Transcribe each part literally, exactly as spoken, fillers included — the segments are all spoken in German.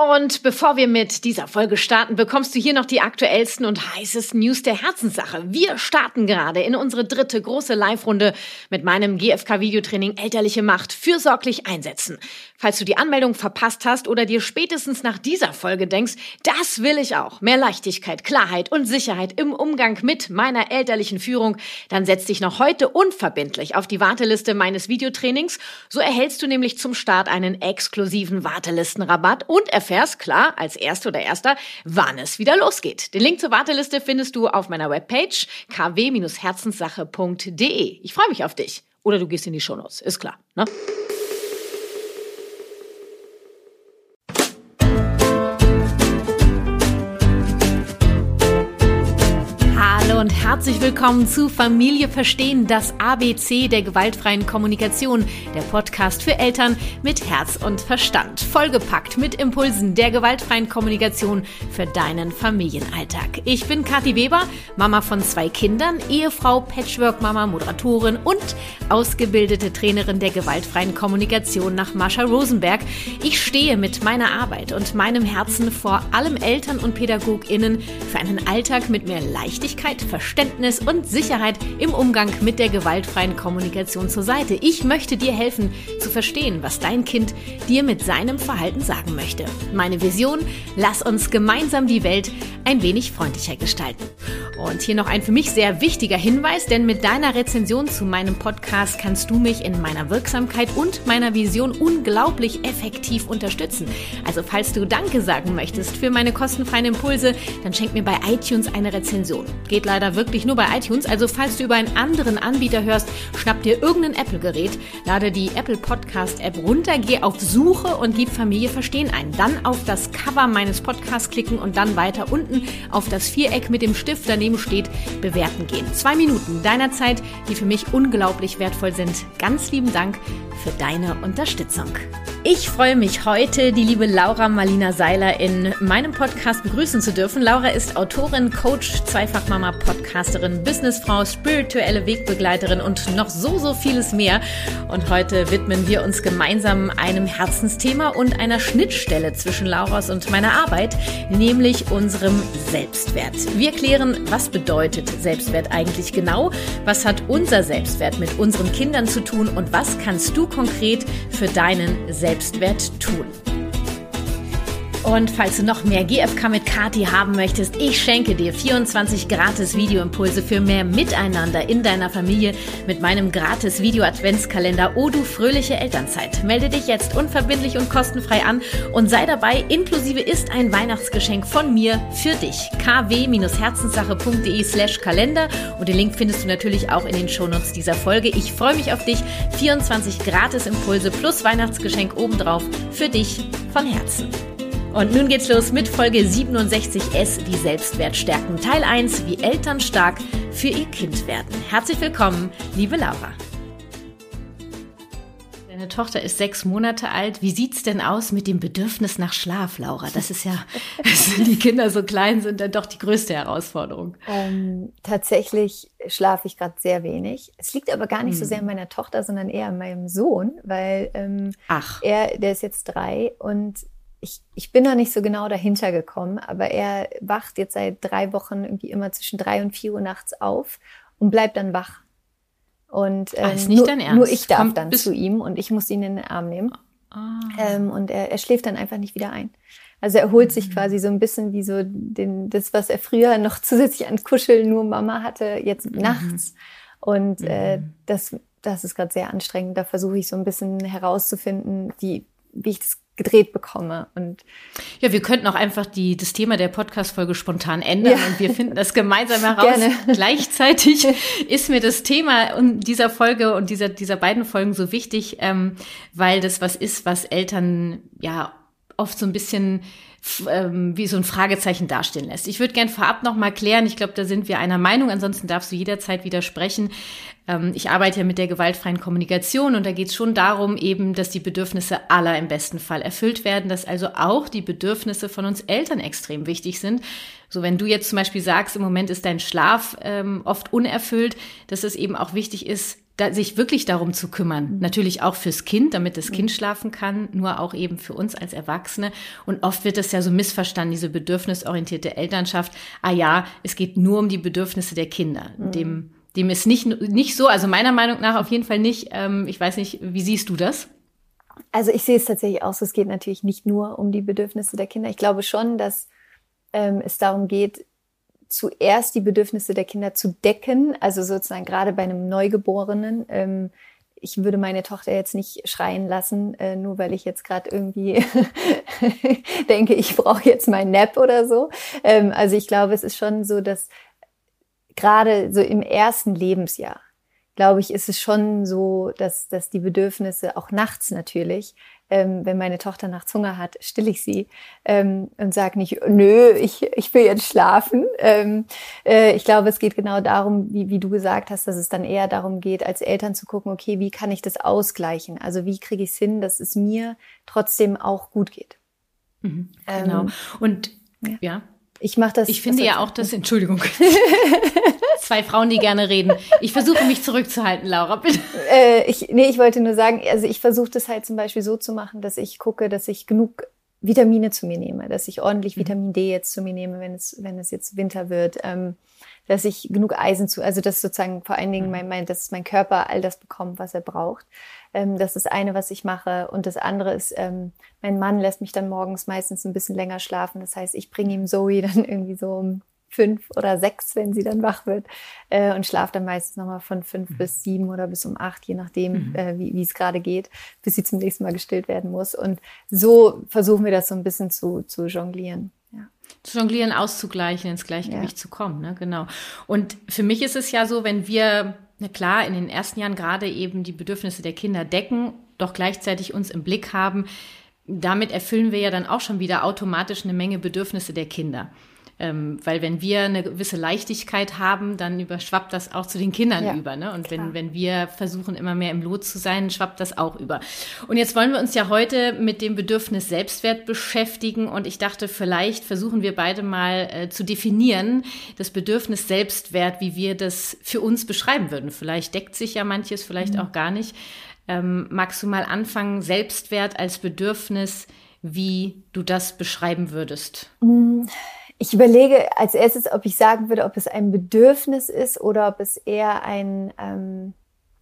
Und bevor wir mit dieser Folge starten, bekommst du hier noch die aktuellsten und heißesten News der Herzenssache. Wir starten gerade in unsere dritte große Live-Runde mit meinem G F K-Videotraining Elterliche Macht fürsorglich einsetzen. Falls du die Anmeldung verpasst hast oder dir spätestens nach dieser Folge denkst, das will ich auch, mehr Leichtigkeit, Klarheit und Sicherheit im Umgang mit meiner elterlichen Führung, dann setz dich noch heute unverbindlich auf die Warteliste meines Videotrainings. So erhältst du nämlich zum Start einen exklusiven Wartelistenrabatt und erfährst klar, als Erste oder Erster, wann es wieder losgeht. Den Link zur Warteliste findest du auf meiner Webpage k w Bindestrich herzenssache punkt d e. Ich freue mich auf dich. Oder du gehst in die Shownotes, ist klar, ne? Und herzlich willkommen zu Familie verstehen, das A B C der gewaltfreien Kommunikation, der Podcast für Eltern mit Herz und Verstand. Vollgepackt mit Impulsen der gewaltfreien Kommunikation für deinen Familienalltag. Ich bin Kathi Weber, Mama von zwei Kindern, Ehefrau, Patchwork-Mama, Moderatorin und ausgebildete Trainerin der gewaltfreien Kommunikation nach Marsha Rosenberg. Ich stehe mit meiner Arbeit und meinem Herzen vor allem Eltern und PädagogInnen für einen Alltag mit mehr Leichtigkeit, Verständnis und Sicherheit im Umgang mit der gewaltfreien Kommunikation zur Seite. Ich möchte dir helfen, zu verstehen, was dein Kind dir mit seinem Verhalten sagen möchte. Meine Vision: Lass uns gemeinsam die Welt ein wenig freundlicher gestalten. Und hier noch ein für mich sehr wichtiger Hinweis, denn mit deiner Rezension zu meinem Podcast kannst du mich in meiner Wirksamkeit und meiner Vision unglaublich effektiv unterstützen. Also falls du Danke sagen möchtest für meine kostenfreien Impulse, dann schenk mir bei iTunes eine Rezension. Geht leider wirklich nur bei iTunes, also falls du über einen anderen Anbieter hörst, schnapp dir irgendein Apple-Gerät, lade die Apple Podcast-App runter, geh auf Suche und gib Familie verstehen ein. Dann auf das Cover meines Podcasts klicken und dann weiter unten auf das Viereck mit dem Stift daneben steht, bewerten gehen. Zwei Minuten deiner Zeit, die für mich unglaublich wertvoll sind. Ganz lieben Dank für deine Unterstützung. Ich freue mich heute, die liebe Laura Marlina Seiler in meinem Podcast begrüßen zu dürfen. Laura ist Autorin, Coach, Zweifachmama, Podcasterin, Businessfrau, spirituelle Wegbegleiterin und noch so, so vieles mehr. Und heute widmen wir uns gemeinsam einem Herzensthema und einer Schnittstelle zwischen Lauras und meiner Arbeit, nämlich unserem Selbstwert. Wir klären, was bedeutet Selbstwert eigentlich genau, was hat unser Selbstwert mit unseren Kindern zu tun und was kannst du konkret für deinen Selbstwert Selbstwert tun. Und falls du noch mehr G F K mit Kathi haben möchtest, ich schenke dir vierundzwanzig gratis Videoimpulse für mehr Miteinander in deiner Familie mit meinem gratis Video-Adventskalender O Du fröhliche Elternzeit. Melde dich jetzt unverbindlich und kostenfrei an und sei dabei, inklusive ist ein Weihnachtsgeschenk von mir für dich. k w Bindestrich herzenssache punkt d e slash Kalender und den Link findest du natürlich auch in den Shownotes dieser Folge. Ich freue mich auf dich. vierundzwanzig gratis Impulse plus Weihnachtsgeschenk obendrauf für dich von Herzen. Und nun geht's los mit Folge siebenundsechzig S, die Selbstwert stärken. Teil eins, wie Eltern stark für ihr Kind werden. Herzlich willkommen, liebe Laura. Deine Tochter ist sechs Monate alt. Wie sieht's denn aus mit dem Bedürfnis nach Schlaf, Laura? Das ist ja, wenn die Kinder so klein sind, dann doch die größte Herausforderung. Ähm, tatsächlich schlafe ich gerade sehr wenig. Es liegt aber gar nicht hm. so sehr an meiner Tochter, sondern eher an meinem Sohn, weil ähm, Ach. er, der ist jetzt drei und Ich, ich bin noch nicht so genau dahinter gekommen, aber er wacht jetzt seit drei Wochen irgendwie immer zwischen drei und vier Uhr nachts auf und bleibt dann wach. Und ähm, Ach, ist nicht nur, dein Ernst? nur ich darf Komm, dann zu ihm und ich muss ihn in den Arm nehmen. Ah. Ähm, und er, er schläft dann einfach nicht wieder ein. Also er holt sich quasi so ein bisschen wie so den, das, was er früher noch zusätzlich an Kuscheln nur Mama hatte, jetzt mhm. nachts. Und mhm. äh, das, das ist gerade sehr anstrengend. Da versuche ich so ein bisschen herauszufinden, wie, wie ich das gedreht bekomme. Und ja, wir könnten auch einfach die, das Thema der Podcast-Folge spontan ändern ja. und wir finden das gemeinsam heraus. Gerne. Gleichzeitig ist mir das Thema dieser Folge und dieser, dieser beiden Folgen so wichtig, ähm, weil das was ist, was Eltern ja oft so ein bisschen ähm, wie so ein Fragezeichen dastehen lässt. Ich würde gern vorab noch mal klären, ich glaube, da sind wir einer Meinung, ansonsten darfst du jederzeit widersprechen. Ähm, ich arbeite ja mit der gewaltfreien Kommunikation und da geht es schon darum eben, dass die Bedürfnisse aller im besten Fall erfüllt werden, dass also auch die Bedürfnisse von uns Eltern extrem wichtig sind. So, wenn du jetzt zum Beispiel sagst, im Moment ist dein Schlaf ähm, oft unerfüllt, dass es eben auch wichtig ist, da, sich wirklich darum zu kümmern. Mhm. Natürlich auch fürs Kind, damit das Kind mhm. schlafen kann, nur auch eben für uns als Erwachsene. Und oft wird das ja so missverstanden, diese bedürfnisorientierte Elternschaft. Ah ja, es geht nur um die Bedürfnisse der Kinder. Mhm. Dem, dem ist nicht, nicht so, also meiner Meinung nach auf jeden Fall nicht. Ähm, ich weiß nicht, wie siehst du das? Also ich sehe es tatsächlich auch so, es geht natürlich nicht nur um die Bedürfnisse der Kinder. Ich glaube schon, dass ähm, es darum geht, zuerst die Bedürfnisse der Kinder zu decken, also sozusagen gerade bei einem Neugeborenen. Ähm, ich würde meine Tochter jetzt nicht schreien lassen, äh, nur weil ich jetzt gerade irgendwie denke, ich brauche jetzt meinen Nap oder so. Ähm, also ich glaube, es ist schon so, dass gerade so im ersten Lebensjahr, glaube ich, ist es schon so, dass, dass die Bedürfnisse, auch nachts natürlich, ähm, wenn meine Tochter nachts Hunger hat, still ich sie ähm, und sage nicht, nö, ich, ich will jetzt schlafen. Ähm, äh, ich glaube, es geht genau darum, wie, wie du gesagt hast, dass es dann eher darum geht, als Eltern zu gucken, okay, wie kann ich das ausgleichen? Also wie kriege ich es hin, dass es mir trotzdem auch gut geht? Mhm, genau. Ähm, und ja. ja. Ich mache das. Ich finde ja auch das, Entschuldigung. Zwei Frauen, die gerne reden. Ich versuche mich zurückzuhalten, Laura, bitte. Äh, ich, nee, ich wollte nur sagen, also ich versuche das halt zum Beispiel so zu machen, dass ich gucke, dass ich genug Vitamine zu mir nehme, dass ich ordentlich mhm. Vitamin D jetzt zu mir nehme, wenn es, wenn es jetzt Winter wird, ähm, dass ich genug Eisen zu, also dass sozusagen vor allen Dingen mein, mein, dass mein Körper all das bekommt, was er braucht. Ähm, das ist das eine, was ich mache. Und das andere ist, ähm, mein Mann lässt mich dann morgens meistens ein bisschen länger schlafen. Das heißt, ich bringe ihm Zoe dann irgendwie so um fünf oder sechs, wenn sie dann wach wird, äh, und schlafe dann meistens nochmal von fünf mhm. bis sieben oder bis um acht, je nachdem, mhm. äh, wie wie es gerade geht, bis sie zum nächsten Mal gestillt werden muss. Und so versuchen wir das so ein bisschen zu zu jonglieren. Ja. Zu jonglieren, auszugleichen, ins Gleichgewicht ja. zu kommen, ne? Genau. Und für mich ist es ja so, wenn wir, na klar, in den ersten Jahren gerade eben die Bedürfnisse der Kinder decken, doch gleichzeitig uns im Blick haben, damit erfüllen wir ja dann auch schon wieder automatisch eine Menge Bedürfnisse der Kinder. Ähm, weil wenn wir eine gewisse Leichtigkeit haben, dann überschwappt das auch zu den Kindern ja, über. Ne? Und wenn, wenn wir versuchen, immer mehr im Lot zu sein, schwappt das auch über. Und jetzt wollen wir uns ja heute mit dem Bedürfnis Selbstwert beschäftigen. Und ich dachte, vielleicht versuchen wir beide mal äh, zu definieren, das Bedürfnis Selbstwert, wie wir das für uns beschreiben würden. Vielleicht deckt sich ja manches, vielleicht mhm. auch gar nicht. Ähm, magst du mal anfangen, Selbstwert als Bedürfnis, wie du das beschreiben würdest? Mhm. Ich überlege als erstes, ob ich sagen würde, ob es ein Bedürfnis ist oder ob es eher ein, ähm,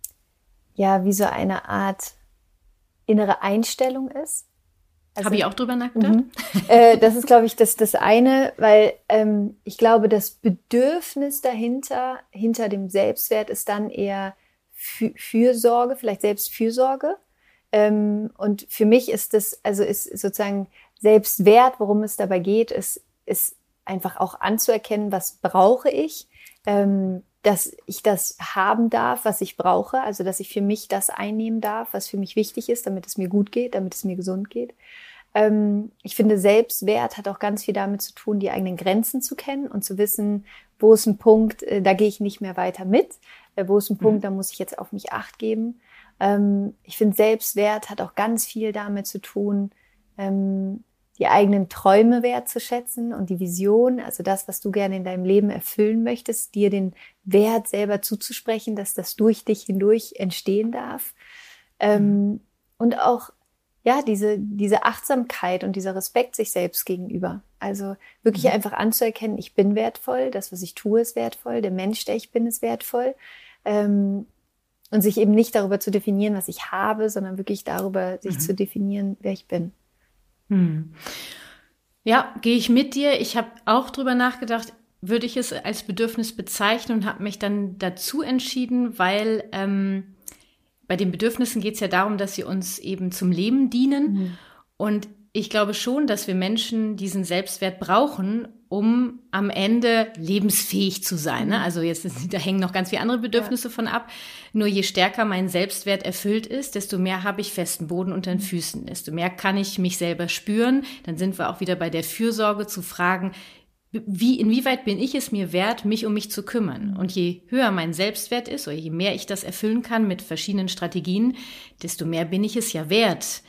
ja, wie so eine Art innere Einstellung ist. Also, habe ich auch drüber nachgedacht? Mhm. äh, das ist, glaube ich, das, das eine, weil ähm, ich glaube, das Bedürfnis dahinter, hinter dem Selbstwert ist dann eher F- Fürsorge, vielleicht Selbstfürsorge. Ähm, und für mich ist das, also ist sozusagen Selbstwert, worum es dabei geht, ist, ist einfach auch anzuerkennen, was brauche ich, ähm, dass ich das haben darf, was ich brauche, also dass ich für mich das einnehmen darf, was für mich wichtig ist, damit es mir gut geht, damit es mir gesund geht. Ähm, ich finde, Selbstwert hat auch ganz viel damit zu tun, die eigenen Grenzen zu kennen und zu wissen, wo ist ein Punkt, äh, da gehe ich nicht mehr weiter mit, äh, wo ist ein mhm. Punkt, da muss ich jetzt auf mich Acht geben. Ähm, ich finde, Selbstwert hat auch ganz viel damit zu tun, ähm, die eigenen Träume wertzuschätzen und die Vision, also das, was du gerne in deinem Leben erfüllen möchtest, dir den Wert selber zuzusprechen, dass das durch dich hindurch entstehen darf. Ähm, und auch, ja, diese, diese Achtsamkeit und dieser Respekt sich selbst gegenüber. Also wirklich mhm. einfach anzuerkennen, ich bin wertvoll, das, was ich tue, ist wertvoll, der Mensch, der ich bin, ist wertvoll. Ähm, und sich eben nicht darüber zu definieren, was ich habe, sondern wirklich darüber, sich mhm. zu definieren, wer ich bin. Hm. Ja, gehe ich mit dir. Ich habe auch drüber nachgedacht, würde ich es als Bedürfnis bezeichnen und habe mich dann dazu entschieden, weil ähm, bei den Bedürfnissen geht es ja darum, dass sie uns eben zum Leben dienen. Mhm. Und ich glaube schon, dass wir Menschen diesen Selbstwert brauchen, um am Ende lebensfähig zu sein. Ne? Also jetzt, da hängen noch ganz viele andere Bedürfnisse ja. von ab. Nur je stärker mein Selbstwert erfüllt ist, desto mehr habe ich festen Boden unter den Füßen. Desto mehr kann ich mich selber spüren. Dann sind wir auch wieder bei der Fürsorge zu fragen, wie, inwieweit bin ich es mir wert, mich um mich zu kümmern? Und je höher mein Selbstwert ist, oder je mehr ich das erfüllen kann mit verschiedenen Strategien, desto mehr bin ich es ja wert,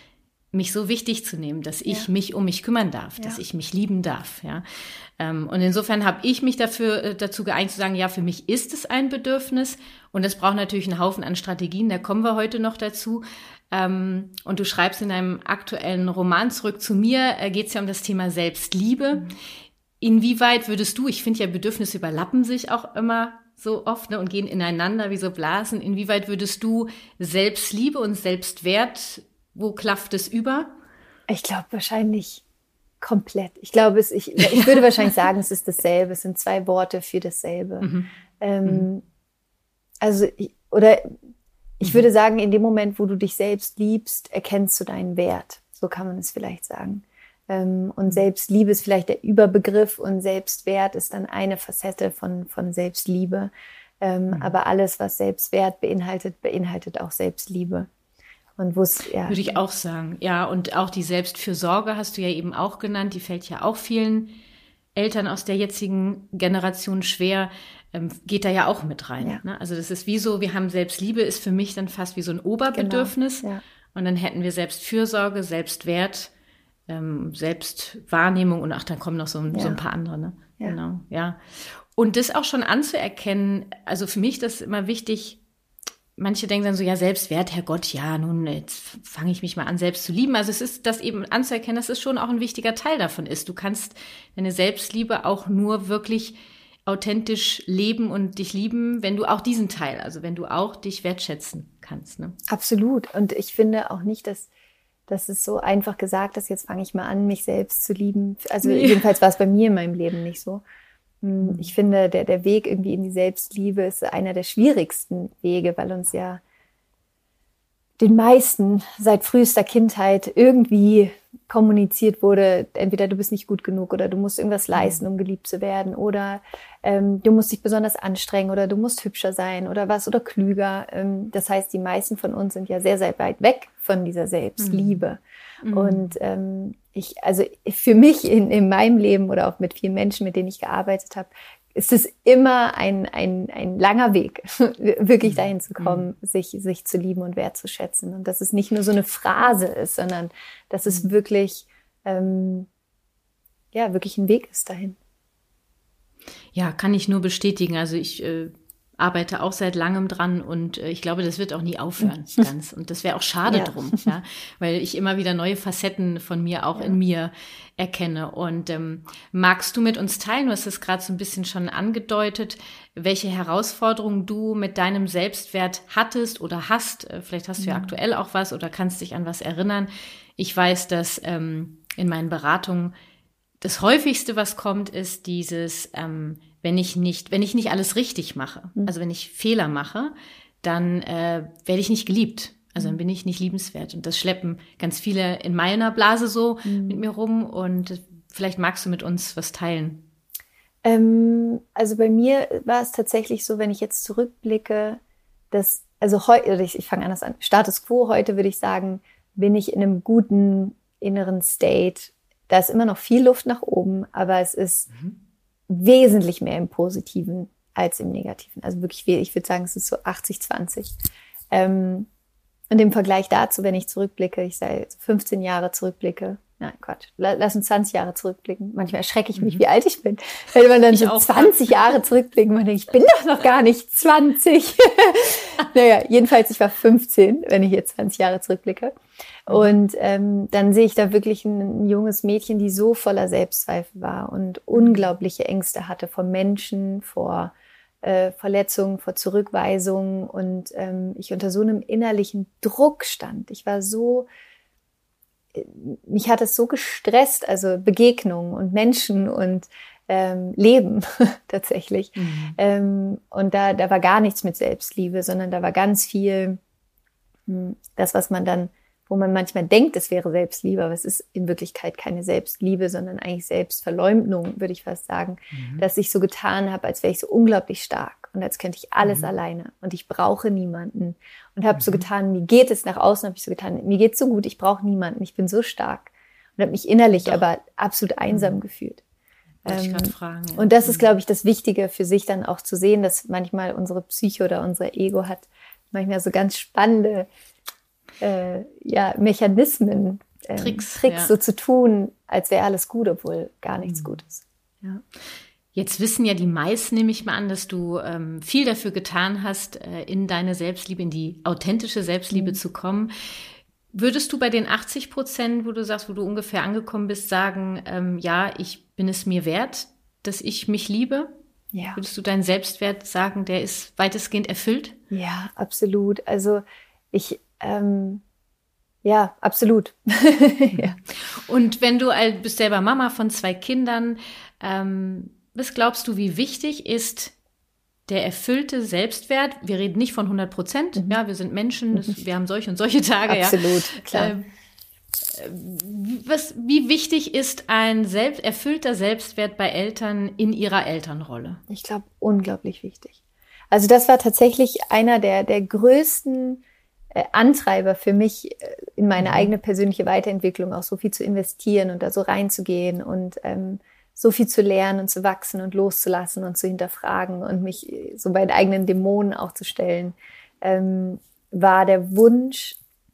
mich so wichtig zu nehmen, dass ich ja. mich um mich kümmern darf, ja. dass ich mich lieben darf. Ja, ähm, und insofern habe ich mich dafür äh, dazu geeinigt zu sagen, ja, für mich ist es ein Bedürfnis und es braucht natürlich einen Haufen an Strategien. Da kommen wir heute noch dazu. Ähm, und du schreibst in deinem aktuellen Roman Zurück zu mir, äh, geht es ja um das Thema Selbstliebe. Mhm. Inwieweit würdest du, ich finde ja, Bedürfnisse überlappen sich auch immer so oft, ne, und gehen ineinander wie so Blasen. Inwieweit würdest du Selbstliebe und Selbstwert, wo klafft es über? Ich glaube wahrscheinlich komplett. Ich glaube, es, ich, ich würde wahrscheinlich sagen, es ist dasselbe. Es sind zwei Worte für dasselbe. Mhm. Ähm, mhm. Also, ich, oder ich mhm. würde sagen, in dem Moment, wo du dich selbst liebst, erkennst du deinen Wert. So kann man es vielleicht sagen. Ähm, und Selbstliebe ist vielleicht der Überbegriff und Selbstwert ist dann eine Facette von, von Selbstliebe. Ähm, mhm. Aber alles, was Selbstwert beinhaltet, beinhaltet auch Selbstliebe. Und wo es, ja. Würde ich auch sagen. Ja, und auch die Selbstfürsorge hast du ja eben auch genannt. Die fällt ja auch vielen Eltern aus der jetzigen Generation schwer. Ähm, geht da ja auch mit rein. Ja. Ne? Also das ist wie so, wir haben Selbstliebe, ist für mich dann fast wie so ein Oberbedürfnis. Genau. Ja. Und dann hätten wir Selbstfürsorge, Selbstwert, ähm, Selbstwahrnehmung und ach, dann kommen noch so, ja. so ein paar andere. Ne? Ja. Genau, ja. Und das auch schon anzuerkennen, also für mich das ist immer wichtig. Manche denken dann so, ja, Selbstwert, Herrgott, ja, nun, jetzt fange ich mich mal an, selbst zu lieben. Also es ist, das eben anzuerkennen, dass es schon auch ein wichtiger Teil davon ist. Du kannst deine Selbstliebe auch nur wirklich authentisch leben und dich lieben, wenn du auch diesen Teil, also wenn du auch dich wertschätzen kannst. Ne? Absolut. Und ich finde auch nicht, dass, dass es so einfach gesagt ist, jetzt fange ich mal an, mich selbst zu lieben. Also nee. Jedenfalls war es bei mir in meinem Leben nicht so. Ich finde, der, der Weg irgendwie in die Selbstliebe ist einer der schwierigsten Wege, weil uns ja den meisten seit frühester Kindheit irgendwie kommuniziert wurde, entweder du bist nicht gut genug oder du musst irgendwas leisten, um geliebt zu werden oder ähm, du musst dich besonders anstrengen oder du musst hübscher sein oder was oder klüger. Ähm, das heißt, die meisten von uns sind ja sehr, sehr weit weg von dieser Selbstliebe. Mhm. Und ähm, ich, also für mich in, in meinem Leben oder auch mit vielen Menschen, mit denen ich gearbeitet habe, ist es immer ein, ein, ein langer Weg, wirklich dahin zu kommen, mhm. sich, sich zu lieben und wertzuschätzen. Und dass es nicht nur so eine Phrase ist, sondern dass es mhm. wirklich, ähm, ja, wirklich ein Weg ist dahin. Ja, kann ich nur bestätigen. Also ich äh, arbeite auch seit langem dran und äh, ich glaube, das wird auch nie aufhören ganz. Und das wäre auch schade ja. drum, ja, weil ich immer wieder neue Facetten von mir auch ja. in mir erkenne. Und ähm, magst du mit uns teilen, du hast es gerade so ein bisschen schon angedeutet, welche Herausforderungen du mit deinem Selbstwert hattest oder hast? Äh, vielleicht hast du ja mhm. aktuell auch was oder kannst dich an was erinnern. Ich weiß, dass ähm, in meinen Beratungen das häufigste, was kommt, ist dieses, ähm, wenn ich nicht, wenn ich nicht alles richtig mache, mhm. also wenn ich Fehler mache, dann äh, werde ich nicht geliebt. Also dann bin ich nicht liebenswert. Und das schleppen ganz viele in meiner Blase so mhm. mit mir rum. Und vielleicht magst du mit uns was teilen. Ähm, also bei mir war es tatsächlich so, wenn ich jetzt zurückblicke, dass, also heute, ich, ich fange anders an, Status Quo, heute würde ich sagen, bin ich in einem guten inneren State. Da ist immer noch viel Luft nach oben, aber es ist mhm. wesentlich mehr im Positiven als im Negativen. Also wirklich, ich würde sagen, es ist so achtzig zwanzig. Ähm, und im Vergleich dazu, wenn ich zurückblicke, ich sage fünfzehn Jahre zurückblicke, nein, Quatsch, lass uns zwanzig Jahre zurückblicken. Manchmal erschrecke ich mich, wie alt ich bin. Wenn man dann ich so auch. zwanzig Jahre zurückblicken, man denkt, ich bin doch noch gar nicht zwanzig. Naja, jedenfalls, ich war fünfzehn, wenn ich jetzt zwanzig Jahre zurückblicke. Und ähm, dann sehe ich da wirklich ein, ein junges Mädchen, die so voller Selbstzweifel war und unglaubliche Ängste hatte vor Menschen, vor äh, Verletzungen, vor Zurückweisungen. Und ähm, ich unter so einem innerlichen Druck stand. Ich war so, mich hat es so gestresst, also Begegnungen und Menschen und ähm, Leben tatsächlich. Mhm. Ähm, und da, da war gar nichts mit Selbstliebe, sondern da war ganz viel mh, das, was man dann, wo man manchmal denkt, es wäre Selbstliebe, aber es ist in Wirklichkeit keine Selbstliebe, sondern eigentlich Selbstverleumdung, würde ich fast sagen, mhm. dass ich so getan habe, als wäre ich so unglaublich stark und als könnte ich alles mhm. alleine und ich brauche niemanden und habe mhm. so getan, mir geht es nach außen, habe ich so getan, mir geht's so gut, ich brauche niemanden, ich bin so stark und habe mich innerlich Doch. aber absolut einsam mhm. gefühlt. Wollte ich gerade fragen, ja. Und das ist, glaube ich, das Wichtige für sich dann auch zu sehen, dass manchmal unsere Psyche oder unser Ego hat manchmal so ganz spannende Äh, ja, Mechanismen, ähm, Tricks, Tricks ja. so zu tun, als wäre alles gut, obwohl gar nichts mhm. gut ist. Ja. Jetzt wissen ja die meisten, nehme ich mal an, dass du ähm, viel dafür getan hast, äh, in deine Selbstliebe, in die authentische Selbstliebe mhm. zu kommen. Würdest du bei den achtzig Prozent, wo du sagst, wo du ungefähr angekommen bist, sagen, ähm, ja, ich bin es mir wert, dass ich mich liebe? Ja. Würdest du deinen Selbstwert sagen, der ist weitestgehend erfüllt? Ja, absolut. Also ich, ähm, ja, absolut. ja. Und wenn du du bist selber Mama von zwei Kindern, ähm, was glaubst du, wie wichtig ist der erfüllte Selbstwert? Wir reden nicht von hundert Prozent. Mhm. Ja, wir sind Menschen, das, wir haben solche und solche Tage. Absolut, ja. klar. Ähm, was, wie wichtig ist ein selbst, erfüllter Selbstwert bei Eltern in ihrer Elternrolle? Ich glaube, unglaublich wichtig. Also das war tatsächlich einer der, der größten äh, Antreiber für mich, äh, in meine mhm. eigene persönliche Weiterentwicklung auch so viel zu investieren und da so reinzugehen und ähm, so viel zu lernen und zu wachsen und loszulassen und zu hinterfragen und mich so bei den eigenen Dämonen auch zu stellen, ähm, war der Wunsch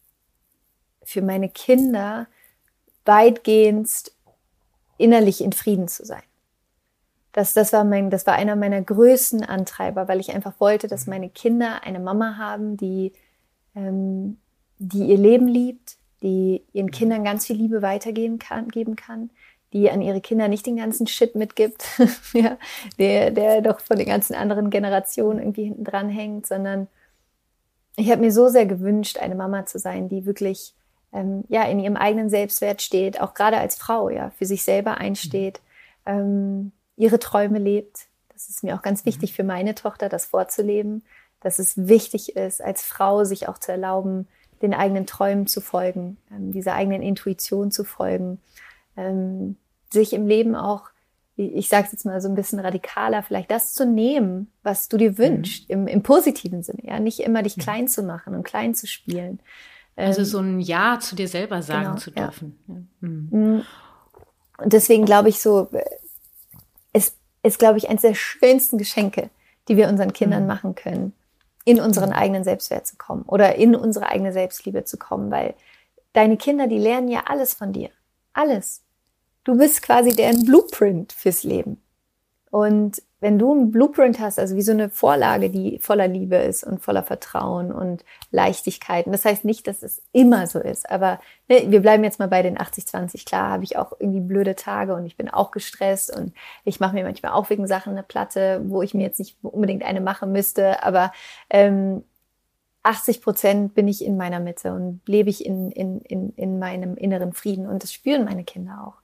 für meine Kinder weitgehend innerlich in Frieden zu sein. Das, das war mein, das war einer meiner größten Antreiber, weil ich einfach wollte, dass meine Kinder eine Mama haben, die, ähm, die ihr Leben liebt, die ihren Kindern ganz viel Liebe weitergeben kann, geben kann, die an ihre Kinder nicht den ganzen Shit mitgibt, ja, der, der doch von den ganzen anderen Generationen irgendwie hinten dran hängt, sondern ich habe mir so sehr gewünscht, eine Mama zu sein, die wirklich ähm, ja, in ihrem eigenen Selbstwert steht, auch gerade als Frau, ja, für sich selber einsteht, ähm, ihre Träume lebt. Das ist mir auch ganz wichtig für meine Tochter, das vorzuleben, dass es wichtig ist, als Frau sich auch zu erlauben, den eigenen Träumen zu folgen, ähm, dieser eigenen Intuition zu folgen, ähm, sich im Leben auch, ich sage es jetzt mal so ein bisschen radikaler, vielleicht das zu nehmen, was du dir wünschst, mhm. im, im positiven Sinne, ja, nicht immer dich klein zu machen und klein zu spielen. Also so ein Ja zu dir selber sagen genau, zu dürfen. Ja. Ja. Mhm. Und deswegen glaube ich so, es ist, glaube ich, eines der schönsten Geschenke, die wir unseren Kindern mhm. machen können, in unseren mhm. eigenen Selbstwert zu kommen oder in unsere eigene Selbstliebe zu kommen, weil deine Kinder, die lernen ja alles von dir. Alles. Du bist quasi deren Blueprint fürs Leben. Und wenn du einen Blueprint hast, also wie so eine Vorlage, die voller Liebe ist und voller Vertrauen und Leichtigkeit. Und das heißt nicht, dass es immer so ist, aber ne, wir bleiben jetzt mal bei den achtzig zwanzig. Klar habe ich auch irgendwie blöde Tage und ich bin auch gestresst und ich mache mir manchmal auch wegen Sachen eine Platte, wo ich mir jetzt nicht unbedingt eine machen müsste, aber ähm, achtzig Prozent bin ich in meiner Mitte und lebe ich in, in, in, in meinem inneren Frieden und das spüren meine Kinder auch.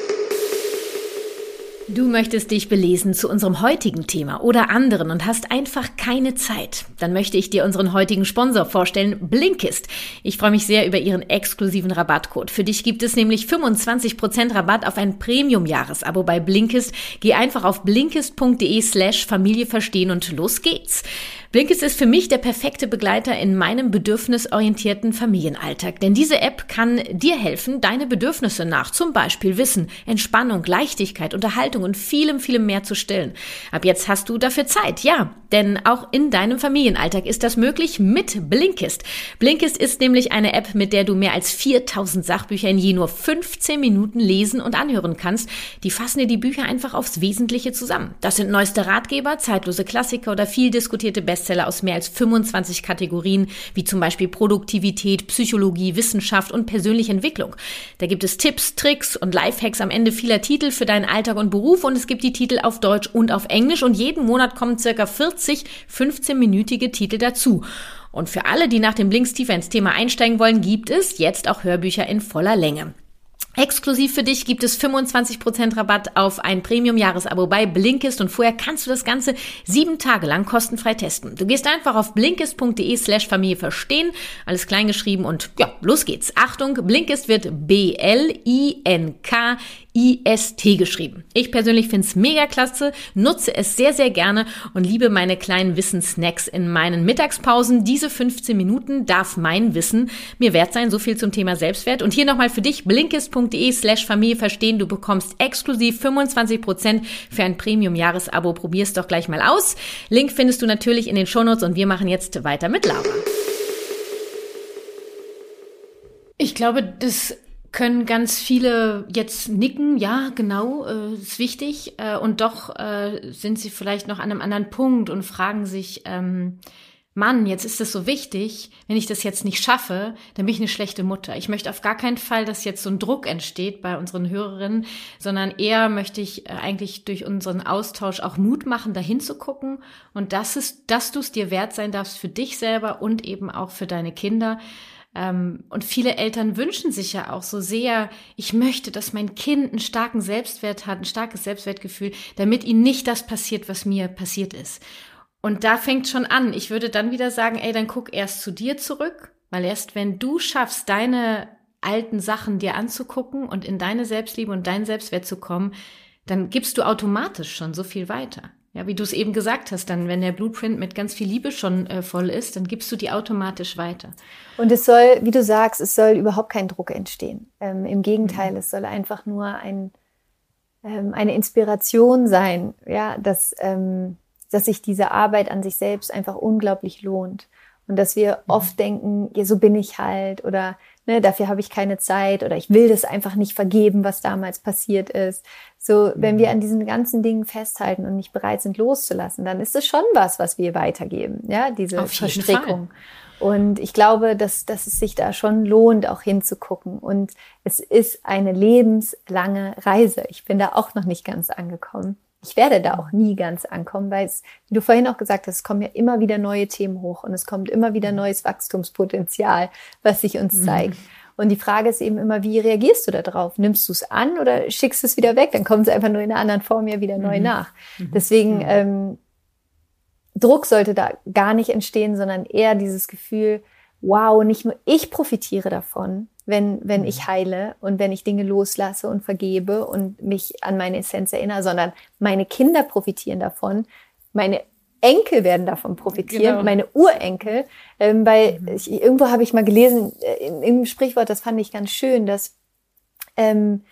Du möchtest dich belesen zu unserem heutigen Thema oder anderen und hast einfach keine Zeit. Dann möchte ich dir unseren heutigen Sponsor vorstellen, Blinkist. Ich freue mich sehr über ihren exklusiven Rabattcode. Für dich gibt es nämlich fünfundzwanzig Prozent Rabatt auf ein Premium-Jahresabo bei Blinkist. Geh einfach auf blinkist.de slash Familie verstehen und los geht's. Blinkist ist für mich der perfekte Begleiter in meinem bedürfnisorientierten Familienalltag. Denn diese App kann dir helfen, deine Bedürfnisse nach zum Beispiel Wissen, Entspannung, Leichtigkeit, Unterhaltung und vielem, vielem mehr zu stillen. Ab jetzt hast du dafür Zeit, ja. Denn auch in deinem Familienalltag ist das möglich mit Blinkist. Blinkist ist nämlich eine App, mit der du mehr als viertausend Sachbücher in je nur fünfzehn Minuten lesen und anhören kannst. Die fassen dir die Bücher einfach aufs Wesentliche zusammen. Das sind neueste Ratgeber, zeitlose Klassiker oder viel diskutierte Bestseller aus mehr als fünfundzwanzig Kategorien, wie zum Beispiel Produktivität, Psychologie, Wissenschaft und persönliche Entwicklung. Da gibt es Tipps, Tricks und Lifehacks am Ende vieler Titel für deinen Alltag und Beruf und es gibt die Titel auf Deutsch und auf Englisch und jeden Monat kommen circa vierzig fünfzehnminütige Titel dazu. Und für alle, die nach dem Blinks tiefer ins Thema einsteigen wollen, gibt es jetzt auch Hörbücher in voller Länge. Exklusiv für dich gibt es fünfundzwanzig Prozent Rabatt auf ein Premium-Jahresabo bei Blinkist und vorher kannst du das Ganze sieben Tage lang kostenfrei testen. Du gehst einfach auf blinkist.de slash Familie verstehen, alles klein geschrieben und ja, los geht's. Achtung, Blinkist wird B L I N K I S T geschrieben. Ich persönlich finde es mega klasse, nutze es sehr, sehr gerne und liebe meine kleinen Wissenssnacks in meinen Mittagspausen. Diese fünfzehn Minuten darf mein Wissen mir wert sein. So viel zum Thema Selbstwert. Und hier nochmal für dich, blinkist.de slash Familie verstehen. Du bekommst exklusiv fünfundzwanzig Prozent für ein Premium-Jahresabo. Probier's doch gleich mal aus. Link findest du natürlich in den Shownotes und wir machen jetzt weiter mit Laura. Ich glaube, das können ganz viele jetzt nicken, ja, genau, äh, ist wichtig. Äh, und doch äh, sind sie vielleicht noch an einem anderen Punkt und fragen sich, ähm, Mann, jetzt ist es so wichtig, wenn ich das jetzt nicht schaffe, dann bin ich eine schlechte Mutter. Ich möchte auf gar keinen Fall, dass jetzt so ein Druck entsteht bei unseren Hörerinnen, sondern eher möchte ich eigentlich durch unseren Austausch auch Mut machen, dahin zu gucken und dass es, dass du es dir wert sein darfst für dich selber und eben auch für deine Kinder. Und viele Eltern wünschen sich ja auch so sehr, ich möchte, dass mein Kind einen starken Selbstwert hat, ein starkes Selbstwertgefühl, damit ihm nicht das passiert, was mir passiert ist. Und da fängt schon an. Ich würde dann wieder sagen, ey, dann guck erst zu dir zurück, weil erst wenn du schaffst, deine alten Sachen dir anzugucken und in deine Selbstliebe und deinen Selbstwert zu kommen, dann gibst du automatisch schon so viel weiter. Ja, wie du es eben gesagt hast, dann, wenn der Blueprint mit ganz viel Liebe schon äh, voll ist, dann gibst du die automatisch weiter. Und es soll, wie du sagst, es soll überhaupt kein Druck entstehen. Ähm, im Gegenteil, mhm. es soll einfach nur ein, ähm, eine Inspiration sein, ja, dass, ähm, dass sich diese Arbeit an sich selbst einfach unglaublich lohnt. Und dass wir mhm. oft denken, ja, so bin ich halt oder ne, dafür habe ich keine Zeit oder ich will das einfach nicht vergeben, was damals passiert ist. So, mhm. wenn wir an diesen ganzen Dingen festhalten und nicht bereit sind loszulassen, dann ist es schon was, was wir weitergeben, ja, diese Auf jeden Verstrickung. Fall. Und ich glaube, dass, dass es sich da schon lohnt, auch hinzugucken. Und es ist eine lebenslange Reise. Ich bin da auch noch nicht ganz angekommen. Ich werde da auch nie ganz ankommen, weil es, wie du vorhin auch gesagt hast, es kommen ja immer wieder neue Themen hoch und es kommt immer wieder neues Wachstumspotenzial, was sich uns zeigt. Mhm. Und die Frage ist eben immer, wie reagierst du da drauf? Nimmst du es an oder schickst du es wieder weg? Dann kommt es einfach nur in einer anderen Form ja wieder neu mhm. nach. Mhm. Deswegen, mhm. ähm, Druck sollte da gar nicht entstehen, sondern eher dieses Gefühl, wow, nicht nur ich profitiere davon, wenn, wenn mhm. ich heile und wenn ich Dinge loslasse und vergebe und mich an meine Essenz erinnere, sondern meine Kinder profitieren davon, meine Enkel werden davon profitieren, genau. meine Urenkel, ähm, weil mhm. ich, irgendwo habe ich mal gelesen, äh, in, im Sprichwort, das fand ich ganz schön, dass ähm,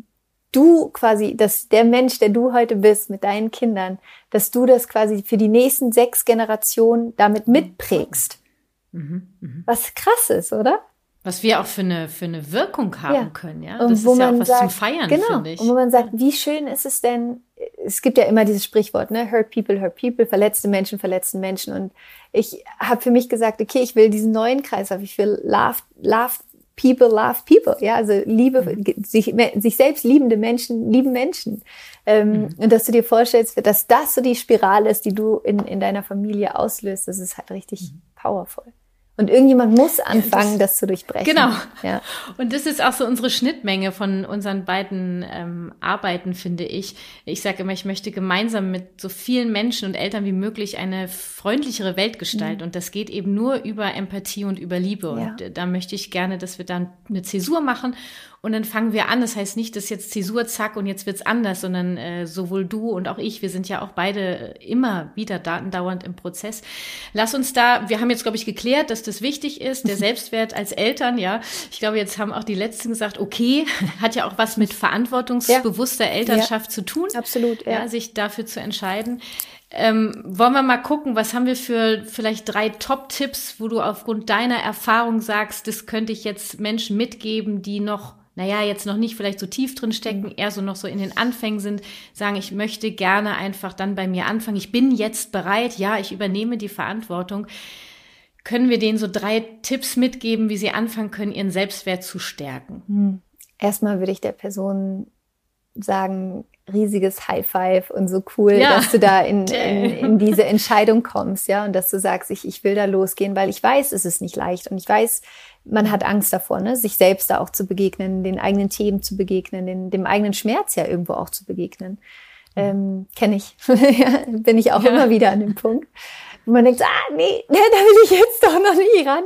du quasi, dass der Mensch, der du heute bist mit deinen Kindern, dass du das quasi für die nächsten sechs Generationen damit mitprägst. Mhm. Mhm. Was krass ist, oder? Was wir auch für eine, für eine Wirkung haben ja. können, ja. Und das wo ist ja man auch was sagt, zum Feiern, genau. finde ich. Und wo man sagt, wie schön ist es denn, es gibt ja immer dieses Sprichwort, ne, hurt people, hurt people, verletzte Menschen, verletzten Menschen. Und ich habe für mich gesagt, okay, ich will diesen neuen Kreislauf, ich will love, love people, love people, ja, also Liebe, mhm. sich, sich selbst liebende Menschen, lieben Menschen. Ähm, mhm. Und dass du dir vorstellst, dass das so die Spirale ist, die du in, in deiner Familie auslöst, das ist halt richtig mhm. powerful. Und irgendjemand muss anfangen, ja, das, das zu durchbrechen. Genau. Ja. Und das ist auch so unsere Schnittmenge von unseren beiden ähm, Arbeiten, finde ich. Ich sage immer, ich möchte gemeinsam mit so vielen Menschen und Eltern wie möglich eine freundlichere Welt gestalten. Mhm. Und das geht eben nur über Empathie und über Liebe. Ja. Und äh, da möchte ich gerne, dass wir dann eine Zäsur machen. Und dann fangen wir an. Das heißt nicht, dass jetzt Zäsur, zack, und jetzt wird's anders, sondern äh, sowohl du und auch ich, wir sind ja auch beide immer wieder datendauernd im Prozess. Lass uns da, wir haben jetzt, glaube ich, geklärt, dass das wichtig ist, der Selbstwert als Eltern, ja. Ich glaube, jetzt haben auch die Letzten gesagt, okay, hat ja auch was mit verantwortungsbewusster ja. Elternschaft ja. zu tun. Absolut, ja. ja. Sich dafür zu entscheiden. Ähm, wollen wir mal gucken, was haben wir für vielleicht drei Top-Tipps, wo du aufgrund deiner Erfahrung sagst, das könnte ich jetzt Menschen mitgeben, die noch naja, jetzt noch nicht vielleicht so tief drin stecken, mhm. eher so noch so in den Anfängen sind, sagen, ich möchte gerne einfach dann bei mir anfangen. Ich bin jetzt bereit, ja, ich übernehme die Verantwortung. Können wir denen so drei Tipps mitgeben, wie sie anfangen können, ihren Selbstwert zu stärken? Mhm. Erstmal würde ich der Person sagen, riesiges High Five und so cool, ja. dass du da in, in, in diese Entscheidung kommst, ja, und dass du sagst, ich, ich will da losgehen, weil ich weiß, es ist nicht leicht und ich weiß, man hat Angst davor, ne, sich selbst da auch zu begegnen, den eigenen Themen zu begegnen, den, dem eigenen Schmerz ja irgendwo auch zu begegnen. Ähm, kenne ich, ja, bin ich auch ja. immer wieder an dem Punkt, wo man denkt, ah, nee, da will ich jetzt doch noch nicht ran.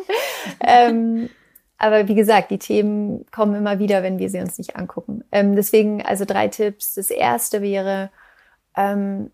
ähm, Aber wie gesagt, die Themen kommen immer wieder, wenn wir sie uns nicht angucken. Ähm, deswegen also drei Tipps. Das erste wäre, ähm,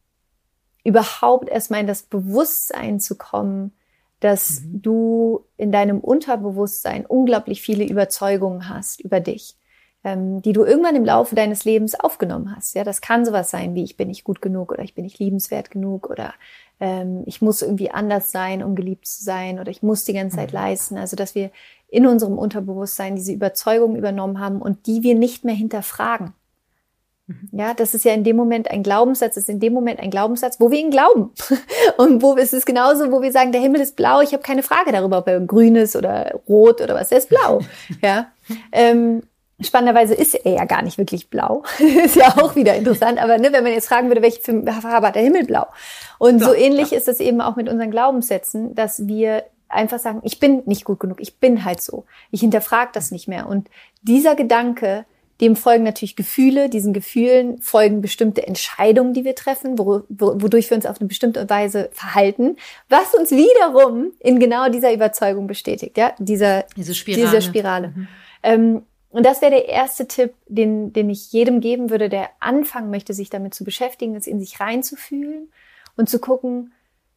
überhaupt erstmal in das Bewusstsein zu kommen, dass mhm. du in deinem Unterbewusstsein unglaublich viele Überzeugungen hast über dich. ähm, die du irgendwann im Laufe deines Lebens aufgenommen hast. Ja, das kann sowas sein wie, ich bin nicht gut genug oder ich bin nicht liebenswert genug oder ähm, ich muss irgendwie anders sein, um geliebt zu sein oder ich muss die ganze Zeit leisten. Also, dass wir in unserem Unterbewusstsein diese Überzeugungen übernommen haben und die wir nicht mehr hinterfragen. Ja, das ist ja in dem Moment ein Glaubenssatz, das ist in dem Moment ein Glaubenssatz, wo wir ihn glauben. Und wo es ist genauso, wo wir sagen, der Himmel ist blau, ich habe keine Frage darüber, ob er grün ist oder rot oder was, er ist blau. Ja, ähm, spannenderweise ist er ja gar nicht wirklich blau. Ist ja auch wieder interessant, aber ne, wenn man jetzt fragen würde, welche Farbe hat der Himmel blau? Und blau, so ähnlich ja. ist es eben auch mit unseren Glaubenssätzen, dass wir einfach sagen, ich bin nicht gut genug, ich bin halt so. Ich hinterfrage das nicht mehr. Und dieser Gedanke, dem folgen natürlich Gefühle, diesen Gefühlen folgen bestimmte Entscheidungen, die wir treffen, wo, wo, wodurch wir uns auf eine bestimmte Weise verhalten, was uns wiederum in genau dieser Überzeugung bestätigt, ja, dieser, diese Spirale. Diese Spirale. Mhm. Ähm, und das wäre der erste Tipp, den, den ich jedem geben würde, der anfangen möchte, sich damit zu beschäftigen, ist in sich reinzufühlen und zu gucken,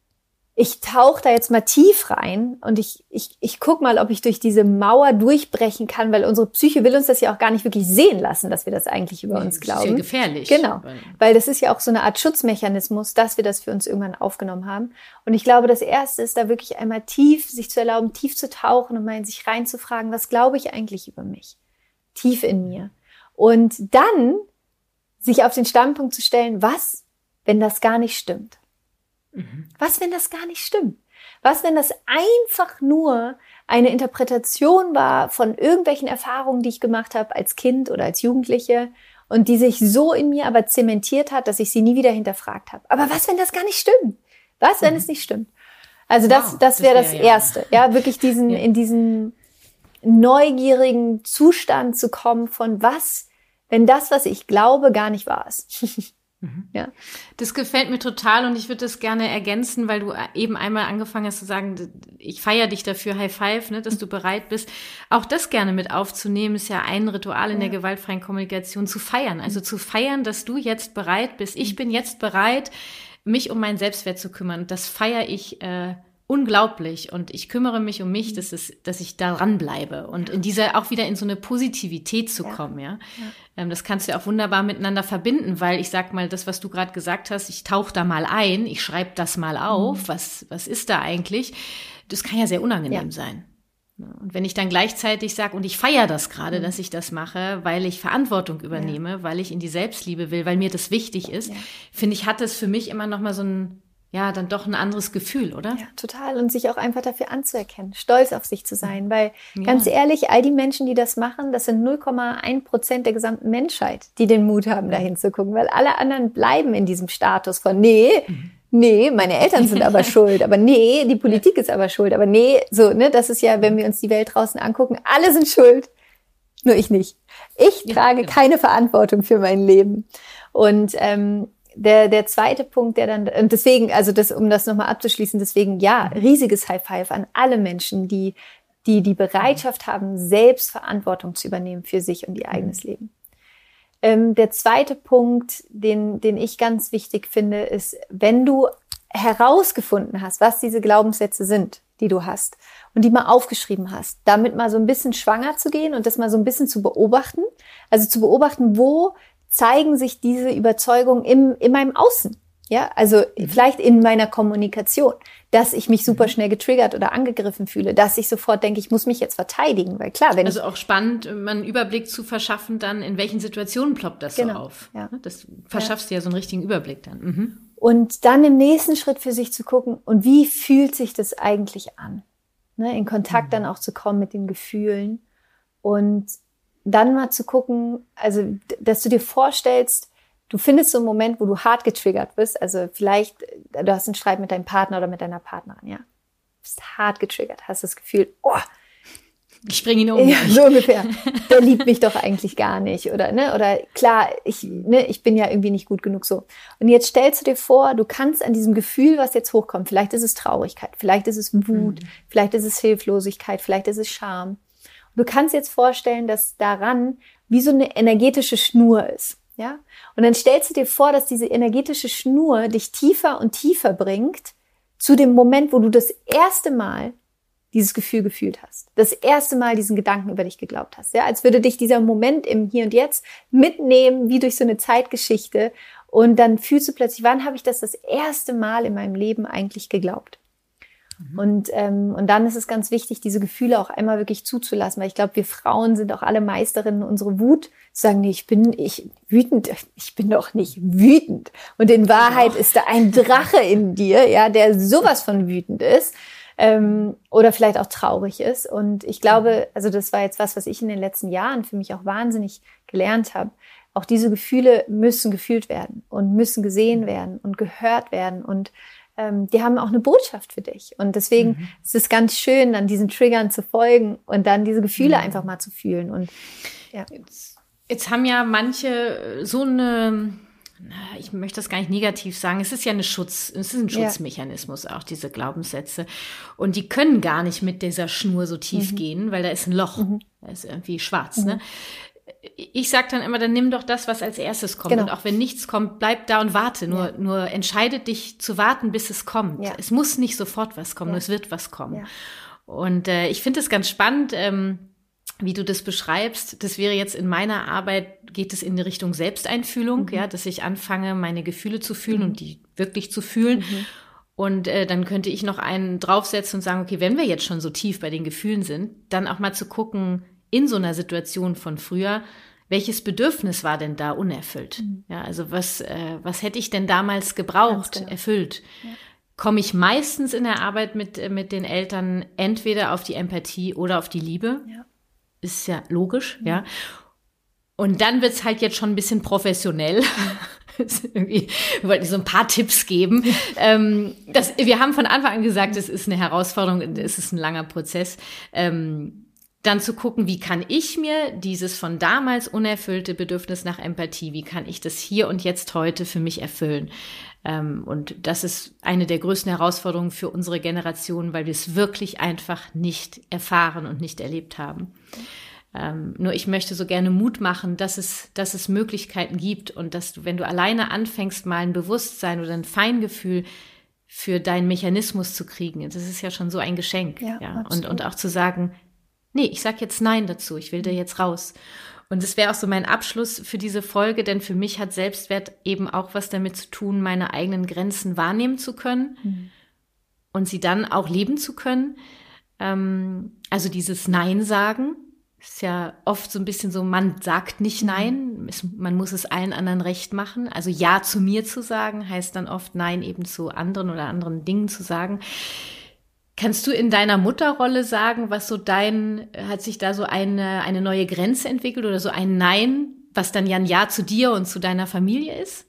ich tauche da jetzt mal tief rein und ich, ich, ich guck mal, ob ich durch diese Mauer durchbrechen kann, weil unsere Psyche will uns das ja auch gar nicht wirklich sehen lassen, dass wir das eigentlich über nee, uns glauben. Das ist ja gefährlich. Genau, weil das ist ja auch so eine Art Schutzmechanismus, dass wir das für uns irgendwann aufgenommen haben. Und ich glaube, das Erste ist da wirklich einmal tief, sich zu erlauben, tief zu tauchen und mal in sich reinzufragen, was glaube ich eigentlich über mich? Tief in mir. Und dann sich auf den Standpunkt zu stellen, was, wenn das gar nicht stimmt? Was, wenn das gar nicht stimmt? Was, wenn das einfach nur eine Interpretation war von irgendwelchen Erfahrungen, die ich gemacht habe als Kind oder als Jugendliche und die sich so in mir aber zementiert hat, dass ich sie nie wieder hinterfragt habe? Aber was, wenn das gar nicht stimmt? Was, wenn mhm. es nicht stimmt? Also das, wow, das wäre das, wär, das Erste. Ja, ja wirklich diesen, ja. in diesen neugierigen Zustand zu kommen von was, wenn das, was ich glaube, gar nicht wahr ist. Mhm. Ja. Das gefällt mir total und ich würde das gerne ergänzen, weil du eben einmal angefangen hast zu sagen, ich feiere dich dafür, High Five, ne, dass du bereit bist, auch das gerne mit aufzunehmen, ist ja ein Ritual in ja. der gewaltfreien Kommunikation, zu feiern, also zu feiern, dass du jetzt bereit bist, ich bin jetzt bereit, mich um meinen Selbstwert zu kümmern und das feiere ich äh, unglaublich und ich kümmere mich um mich, dass es, dass ich da dranbleibe und in dieser auch wieder in so eine Positivität zu kommen, ja. ja. Ähm, das kannst du ja auch wunderbar miteinander verbinden, weil ich sag mal, das, was du gerade gesagt hast, ich tauche da mal ein, ich schreibe das mal auf, mhm. was, was ist da eigentlich? Das kann ja sehr unangenehm ja. sein. Und wenn ich dann gleichzeitig sage, und ich feiere das gerade, mhm. dass ich das mache, weil ich Verantwortung übernehme, ja. weil ich in die Selbstliebe will, weil mir das wichtig ist, ja. finde ich, hat das für mich immer noch mal so ein ja, dann doch ein anderes Gefühl, oder? Ja, total. Und sich auch einfach dafür anzuerkennen, stolz auf sich zu sein. Weil, ja. ganz ehrlich, all die Menschen, die das machen, das sind null Komma eins Prozent der gesamten Menschheit, die den Mut haben, da hinzugucken. Weil alle anderen bleiben in diesem Status von, nee, mhm. nee, meine Eltern sind aber schuld. Aber nee, die Politik ist aber schuld. Aber nee, so, ne, das ist ja, wenn wir uns die Welt draußen angucken, alle sind schuld. Nur ich nicht. Ich ja, trage genau. keine Verantwortung für mein Leben. Und, ähm, Der, der zweite Punkt, der dann, und deswegen, also das, um das nochmal abzuschließen, deswegen ja, riesiges High Five an alle Menschen, die, die die Bereitschaft haben, selbst Verantwortung zu übernehmen für sich und ihr eigenes mhm. Leben. Ähm, der zweite Punkt, den, den ich ganz wichtig finde, ist, wenn du herausgefunden hast, was diese Glaubenssätze sind, die du hast, und die mal aufgeschrieben hast, damit mal so ein bisschen schwanger zu gehen und das mal so ein bisschen zu beobachten, also zu beobachten, wo zeigen sich diese Überzeugungen im, in meinem Außen. Ja, also mhm. vielleicht in meiner Kommunikation, dass ich mich super schnell getriggert oder angegriffen fühle, dass ich sofort denke, ich muss mich jetzt verteidigen, weil klar, wenn also ich... auch spannend, mal einen Überblick zu verschaffen dann, in welchen Situationen ploppt das genau. so auf. Ja. Das verschaffst ja. dir ja so einen richtigen Überblick dann. Mhm. Und dann im nächsten Schritt für sich zu gucken, und wie fühlt sich das eigentlich an? Ne, in Kontakt mhm. dann auch zu kommen mit den Gefühlen und dann mal zu gucken, also, dass du dir vorstellst, du findest so einen Moment, wo du hart getriggert bist, also vielleicht, du hast einen Streit mit deinem Partner oder mit deiner Partnerin, ja. Du bist hart getriggert, hast das Gefühl, oh, ich bringe ihn um. Ja, so ungefähr. Der liebt mich doch eigentlich gar nicht, oder, ne, oder klar, ich, ne, ich bin ja irgendwie nicht gut genug so. Und jetzt stellst du dir vor, du kannst an diesem Gefühl, was jetzt hochkommt, vielleicht ist es Traurigkeit, vielleicht ist es Wut, mhm. vielleicht ist es Hilflosigkeit, vielleicht ist es Scham. Du kannst jetzt vorstellen, dass daran wie so eine energetische Schnur ist, ja? Und dann stellst du dir vor, dass diese energetische Schnur dich tiefer und tiefer bringt zu dem Moment, wo du das erste Mal dieses Gefühl gefühlt hast. Das erste Mal diesen Gedanken über dich geglaubt hast. Ja, als würde dich dieser Moment im Hier und Jetzt mitnehmen, wie durch so eine Zeitgeschichte. Und dann fühlst du plötzlich, wann habe ich das das erste Mal in meinem Leben eigentlich geglaubt? Mhm. Und, ähm, und dann ist es ganz wichtig, diese Gefühle auch einmal wirklich zuzulassen, weil ich glaube, wir Frauen sind auch alle Meisterinnen, unsere Wut zu sagen, nee, ich bin ich wütend, ich bin doch nicht wütend. Und in Wahrheit ist da ein Drache in dir, ja, der sowas von wütend ist, ähm, oder vielleicht auch traurig ist. Und ich glaube, also das war jetzt was, was ich in den letzten Jahren für mich auch wahnsinnig gelernt habe. Auch diese Gefühle müssen gefühlt werden und müssen gesehen werden und gehört werden und ähm, die haben auch eine Botschaft für dich. Und deswegen mhm. ist es ganz schön, dann diesen Triggern zu folgen und dann diese Gefühle mhm. einfach mal zu fühlen. Und ja. Jetzt, jetzt haben ja manche so eine, ich möchte das gar nicht negativ sagen, es ist ja eine Schutz, es ist ein Schutzmechanismus, ja. auch diese Glaubenssätze. Und die können gar nicht mit dieser Schnur so tief mhm. gehen, weil da ist ein Loch, mhm. da ist irgendwie schwarz, mhm. ne? Ich sage dann immer, dann nimm doch das, was als erstes kommt. Genau. Und auch wenn nichts kommt, bleib da und warte. Nur, ja. nur entscheide dich zu warten, bis es kommt. Ja. Es muss nicht sofort was kommen, ja. nur es wird was kommen. Ja. Und äh, ich finde es ganz spannend, ähm, wie du das beschreibst. Das wäre jetzt in meiner Arbeit, geht es in die Richtung Selbsteinfühlung, mhm. ja, dass ich anfange, meine Gefühle zu fühlen mhm. und die wirklich zu fühlen. Mhm. Und äh, dann könnte ich noch einen draufsetzen und sagen, okay, wenn wir jetzt schon so tief bei den Gefühlen sind, dann auch mal zu gucken, in so einer Situation von früher, welches Bedürfnis war denn da unerfüllt? Mhm. Ja, also was, äh, was hätte ich denn damals gebraucht, genau. erfüllt? Ja. Komme ich meistens in der Arbeit mit, äh, mit den Eltern entweder auf die Empathie oder auf die Liebe? Ja. Ist ja logisch, mhm. ja. Und dann wird's halt jetzt schon ein bisschen professionell. Irgendwie, wir wollten so ein paar Tipps geben. ähm, das, wir haben von Anfang an gesagt, es ist eine Herausforderung, es ist ein langer Prozess. Ähm, Dann zu gucken, wie kann ich mir dieses von damals unerfüllte Bedürfnis nach Empathie, wie kann ich das hier und jetzt heute für mich erfüllen? Ähm, und das ist eine der größten Herausforderungen für unsere Generation, weil wir es wirklich einfach nicht erfahren und nicht erlebt haben. Ähm, nur ich möchte so gerne Mut machen, dass es, dass es Möglichkeiten gibt und dass du, wenn du alleine anfängst, mal ein Bewusstsein oder ein Feingefühl für deinen Mechanismus zu kriegen, das ist ja schon so ein Geschenk. Ja, ja. Und, und auch zu sagen, nee, ich sag jetzt Nein dazu, ich will da jetzt raus. Und das wäre auch so mein Abschluss für diese Folge, denn für mich hat Selbstwert eben auch was damit zu tun, meine eigenen Grenzen wahrnehmen zu können mhm. und sie dann auch leben zu können. Ähm, also dieses Nein sagen ist ja oft so ein bisschen so, man sagt nicht Nein, es, man muss es allen anderen recht machen. Also Ja zu mir zu sagen, heißt dann oft Nein eben zu anderen oder anderen Dingen zu sagen. Kannst du in deiner Mutterrolle sagen, was so dein, hat sich da so eine, eine neue Grenze entwickelt oder so ein Nein, was dann ja ein Ja zu dir und zu deiner Familie ist?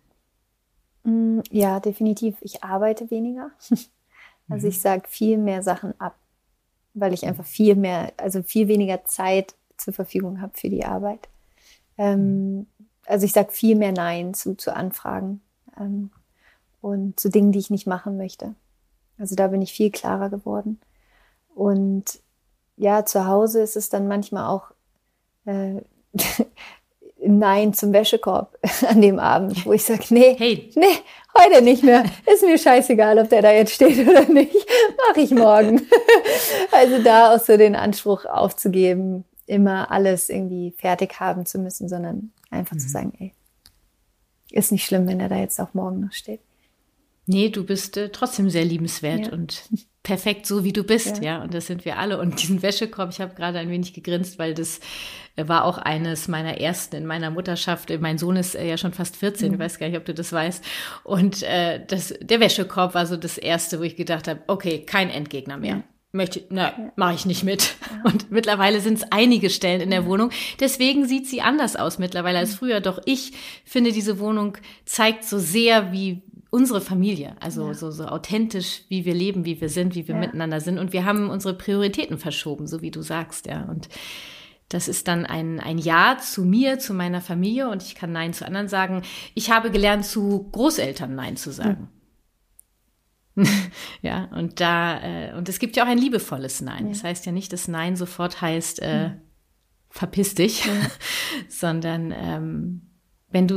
Ja, definitiv. Ich arbeite weniger. Also ich sage viel mehr Sachen ab, weil ich einfach viel mehr, also viel weniger Zeit zur Verfügung habe für die Arbeit. Ähm, also ich sage viel mehr Nein zu, zu Anfragen ähm, und zu Dingen, die ich nicht machen möchte. Also da bin ich viel klarer geworden. Und ja, zu Hause ist es dann manchmal auch äh, Nein zum Wäschekorb an dem Abend, wo ich sage, nee, hey. nee, heute nicht mehr. Ist mir scheißegal, ob der da jetzt steht oder nicht. Mache ich morgen. Also da auch so den Anspruch aufzugeben, immer alles irgendwie fertig haben zu müssen, sondern einfach mhm. zu sagen, ey, ist nicht schlimm, wenn er da jetzt auch morgen noch steht. Nee, du bist äh, trotzdem sehr liebenswert ja. und perfekt, so wie du bist, ja. ja. Und das sind wir alle. Und diesen Wäschekorb, ich habe gerade ein wenig gegrinst, weil das äh, war auch eines meiner ersten in meiner Mutterschaft. Mein Sohn ist äh, ja schon fast vierzehn, mhm. ich weiß gar nicht, ob du das weißt. Und äh, das, der Wäschekorb war so das Erste, wo ich gedacht habe, okay, kein Endgegner mehr. Ja. Möchte, na, ja. mache ich nicht mit. Ja. Und mittlerweile sind es einige Stellen in der ja. Wohnung. Deswegen sieht sie anders aus mittlerweile als früher. Doch ich finde, diese Wohnung zeigt so sehr, wie unsere Familie, also ja. so, so authentisch, wie wir leben, wie wir sind, wie wir ja. miteinander sind. Und wir haben unsere Prioritäten verschoben, so wie du sagst, ja. Und das ist dann ein, ein Ja zu mir, zu meiner Familie. Und ich kann Nein zu anderen sagen. Ich habe gelernt, zu Großeltern Nein zu sagen. Mhm. Ja, und da, äh, und es gibt ja auch ein liebevolles Nein. Ja. Das heißt ja nicht, dass Nein sofort heißt, äh, mhm. verpiss dich, ja. sondern ähm, wenn du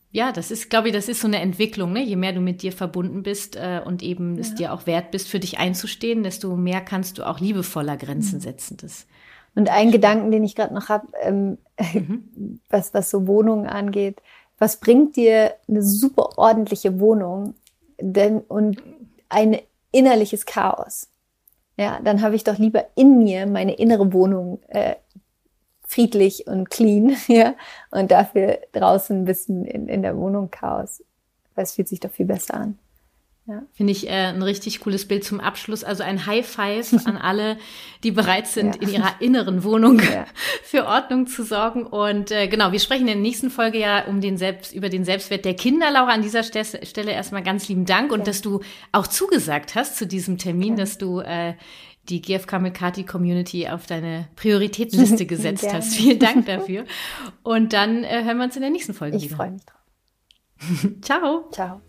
Ja, das ist, glaube ich, das ist so eine Entwicklung, ne? Je mehr du mit dir verbunden bist äh, und eben ja. es dir auch wert bist, für dich einzustehen, desto mehr kannst du auch liebevoller Grenzen mhm. setzen. Das und ein Gedanken, den ich gerade noch habe, ähm, mhm. was, was so Wohnungen angeht, was bringt dir eine super ordentliche Wohnung denn und ein innerliches Chaos? Ja, dann habe ich doch lieber in mir meine innere Wohnung äh, friedlich und clean, ja, und dafür draußen ein bisschen in, in der Wohnung Chaos. Das fühlt sich doch viel besser an. Ja. Finde ich äh, ein richtig cooles Bild zum Abschluss. Also ein High Five an alle, die bereit sind, ja. in ihrer inneren Wohnung ja. für Ordnung zu sorgen. Und äh, genau, wir sprechen in der nächsten Folge ja um den Selbst, über den Selbstwert der Kinder. Laura, an dieser St- Stelle erstmal ganz lieben Dank und ja. dass du auch zugesagt hast zu diesem Termin, ja. dass du äh, die G F K mit Kathi Community auf deine Prioritätsliste gesetzt hast. Vielen Dank dafür. Und dann äh, hören wir uns in der nächsten Folge ich wieder. Ich freue mich drauf. Ciao. Ciao.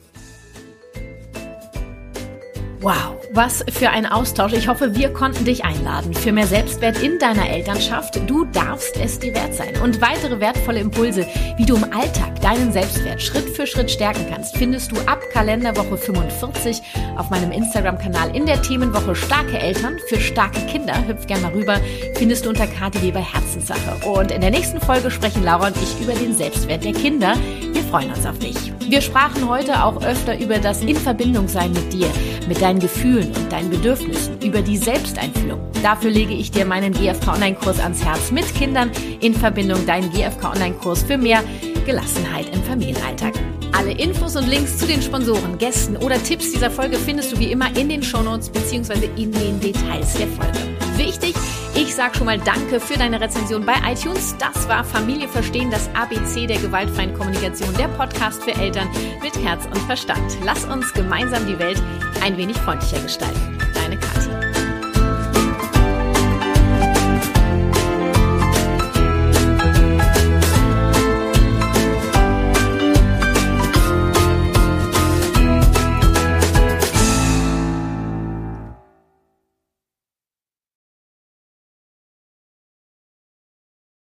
Wow, was für ein Austausch. Ich hoffe, wir konnten dich einladen für mehr Selbstwert in deiner Elternschaft. Du darfst es dir wert sein. Und weitere wertvolle Impulse, wie du im Alltag deinen Selbstwert Schritt für Schritt stärken kannst, findest du ab Kalenderwoche fünfundvierzig auf meinem Instagram-Kanal in der Themenwoche Starke Eltern für starke Kinder. Hüpf gerne mal rüber, findest du unter Kathi Weber Herzenssache. Und in der nächsten Folge sprechen Laura und ich über den Selbstwert der Kinder. Wir freuen uns auf dich. Wir sprachen heute auch öfter über das In Verbindung sein mit dir, mit deinen Gefühlen und deinen Bedürfnissen, über die Selbsteinfühlung. Dafür lege ich dir meinen G F K-Online-Kurs ans Herz mit Kindern in Verbindung, deinen G F K-Online-Kurs für mehr Gelassenheit im Familienalltag. Alle Infos und Links zu den Sponsoren, Gästen oder Tipps dieser Folge findest du wie immer in den Shownotes bzw. in den Details der Folge. Wichtig, ich sage schon mal Danke für deine Rezension bei iTunes. Das war Familie verstehen, das A B C der gewaltfreien Kommunikation, der Podcast für Eltern mit Herz und Verstand. Lass uns gemeinsam die Welt ein wenig freundlicher gestalten.